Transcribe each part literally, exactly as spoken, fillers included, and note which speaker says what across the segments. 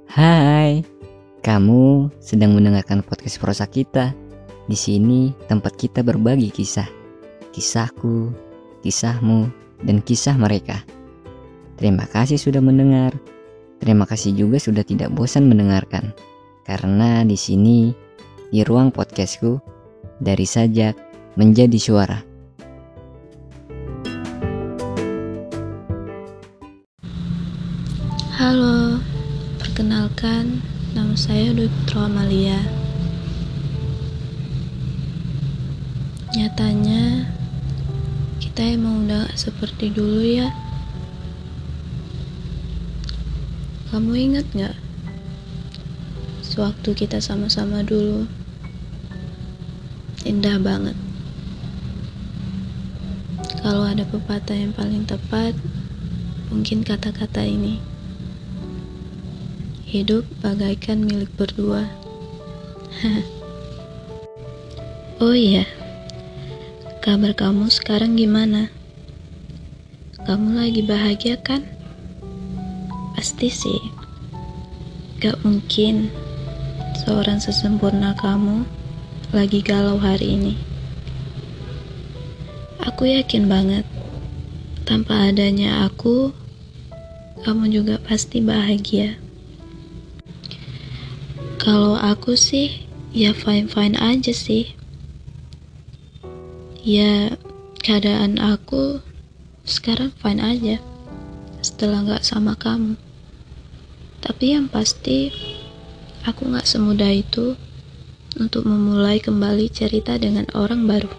Speaker 1: Hai, kamu sedang mendengarkan podcast prosa kita. Di sini tempat kita berbagi kisah, kisahku, kisahmu, dan kisah mereka. Terima kasih sudah mendengar. Terima kasih juga sudah tidak bosan mendengarkan. Karena di sini, di ruang podcastku, dari sajak menjadi suara.
Speaker 2: Halo, perkenalkan, nama saya Dwi Putra Amalia. Nyatanya, kita emang udah gak seperti dulu ya. Kamu ingat gak? Sewaktu kita sama-sama dulu, indah banget. Kalau ada pepatah yang paling tepat, mungkin kata-kata ini. Hidup bagaikan milik berdua. Oh iya, kabar kamu sekarang gimana? Kamu lagi bahagia kan? Pasti sih. Gak mungkin seorang sesempurna kamu lagi galau hari ini. Aku yakin banget, tanpa adanya aku, kamu juga pasti bahagia. Kalau aku sih, ya fine-fine aja sih. Ya, keadaan aku sekarang fine aja setelah gak sama kamu. Tapi yang pasti, aku gak semudah itu untuk memulai kembali cerita dengan orang baru.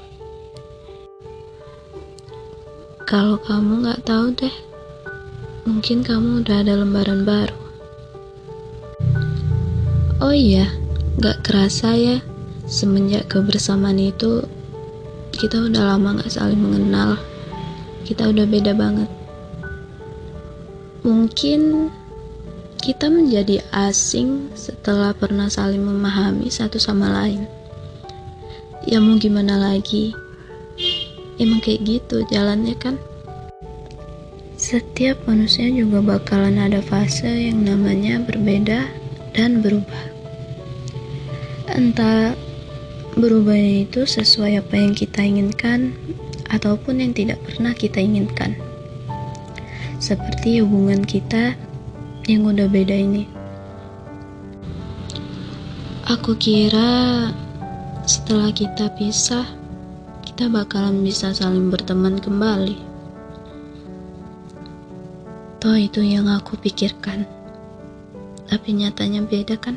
Speaker 2: Kalau kamu gak tahu deh, mungkin kamu udah ada lembaran baru. Oh iya, gak kerasa ya, semenjak kebersamaan itu, kita udah lama gak saling mengenal. Kita udah beda banget. Mungkin kita menjadi asing setelah pernah saling memahami satu sama lain. Ya mau gimana lagi, emang kayak gitu jalannya kan. Setiap manusia juga bakalan ada fase yang namanya berbeda dan berubah. Entah berubahnya itu sesuai apa yang kita inginkan ataupun yang tidak pernah kita inginkan. Seperti hubungan kita yang udah beda ini. Aku kira setelah kita pisah, kita bakalan bisa saling berteman kembali. Toh itu yang aku pikirkan. Tapi nyatanya beda kan?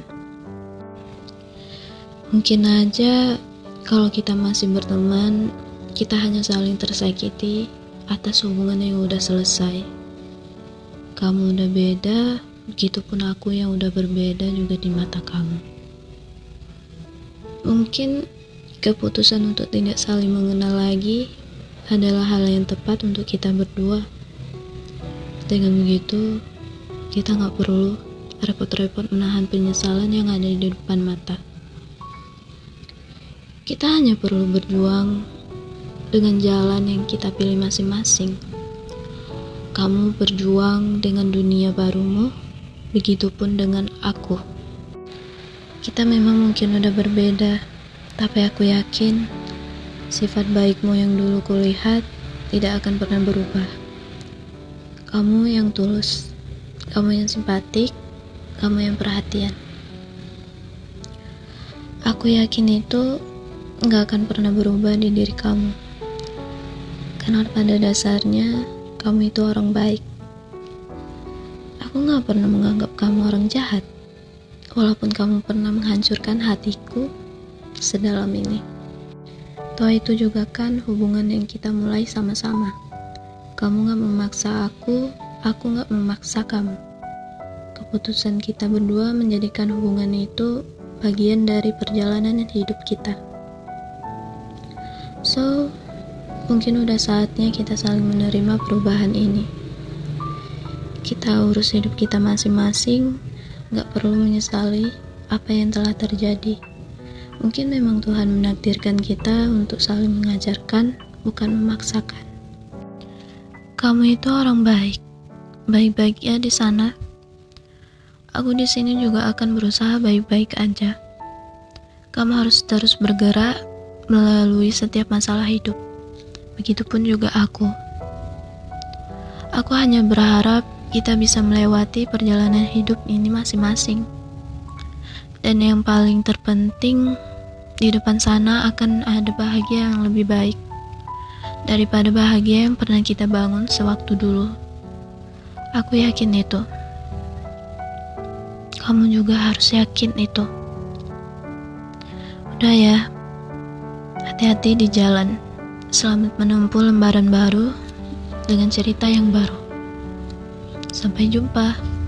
Speaker 2: Mungkin aja kalau kita masih berteman, kita hanya saling tersakiti atas hubungan yang udah selesai. Kamu udah beda, begitupun aku yang udah berbeda juga di mata kamu. Mungkin keputusan untuk tidak saling mengenal lagi adalah hal yang tepat untuk kita berdua. Dengan begitu, kita gak perlu repot-repot menahan penyesalan yang ada di depan mata. Kita hanya perlu berjuang dengan jalan yang kita pilih masing-masing. Kamu berjuang dengan dunia barumu, begitupun dengan aku. Kita memang mungkin udah berbeda, tapi aku yakin sifat baikmu yang dulu kulihat tidak akan pernah berubah. Kamu yang tulus, kamu yang simpatik, kamu yang perhatian. Aku yakin itu gak akan pernah berubah di diri kamu. Karena pada dasarnya kamu itu orang baik. Aku gak pernah menganggap kamu orang jahat, walaupun kamu pernah menghancurkan hatiku sedalam ini. Toh itu juga kan hubungan yang kita mulai sama-sama. Kamu gak memaksa aku, aku gak memaksa kamu. Keputusan kita berdua menjadikan hubungan itu bagian dari perjalanan hidup kita. So, mungkin udah saatnya kita saling menerima perubahan ini. Kita urus hidup kita masing-masing, gak perlu menyesali apa yang telah terjadi. Mungkin memang Tuhan menakdirkan kita untuk saling mengajarkan, bukan memaksakan. Kamu itu orang baik, baik-baik ya di sana. aku di sini juga akan berusaha baik-baik aja. Kamu harus terus bergerak melalui setiap masalah hidup. Begitupun juga aku. Aku hanya berharap kita bisa melewati perjalanan hidup ini masing-masing. Dan yang paling terpenting, di depan sana akan ada bahagia yang lebih baik daripada bahagia yang pernah kita bangun sewaktu dulu. Aku yakin itu. Kamu juga harus yakin itu. Udah ya, hati-hati di jalan. Selamat menempuh lembaran baru dengan cerita yang baru. Sampai jumpa.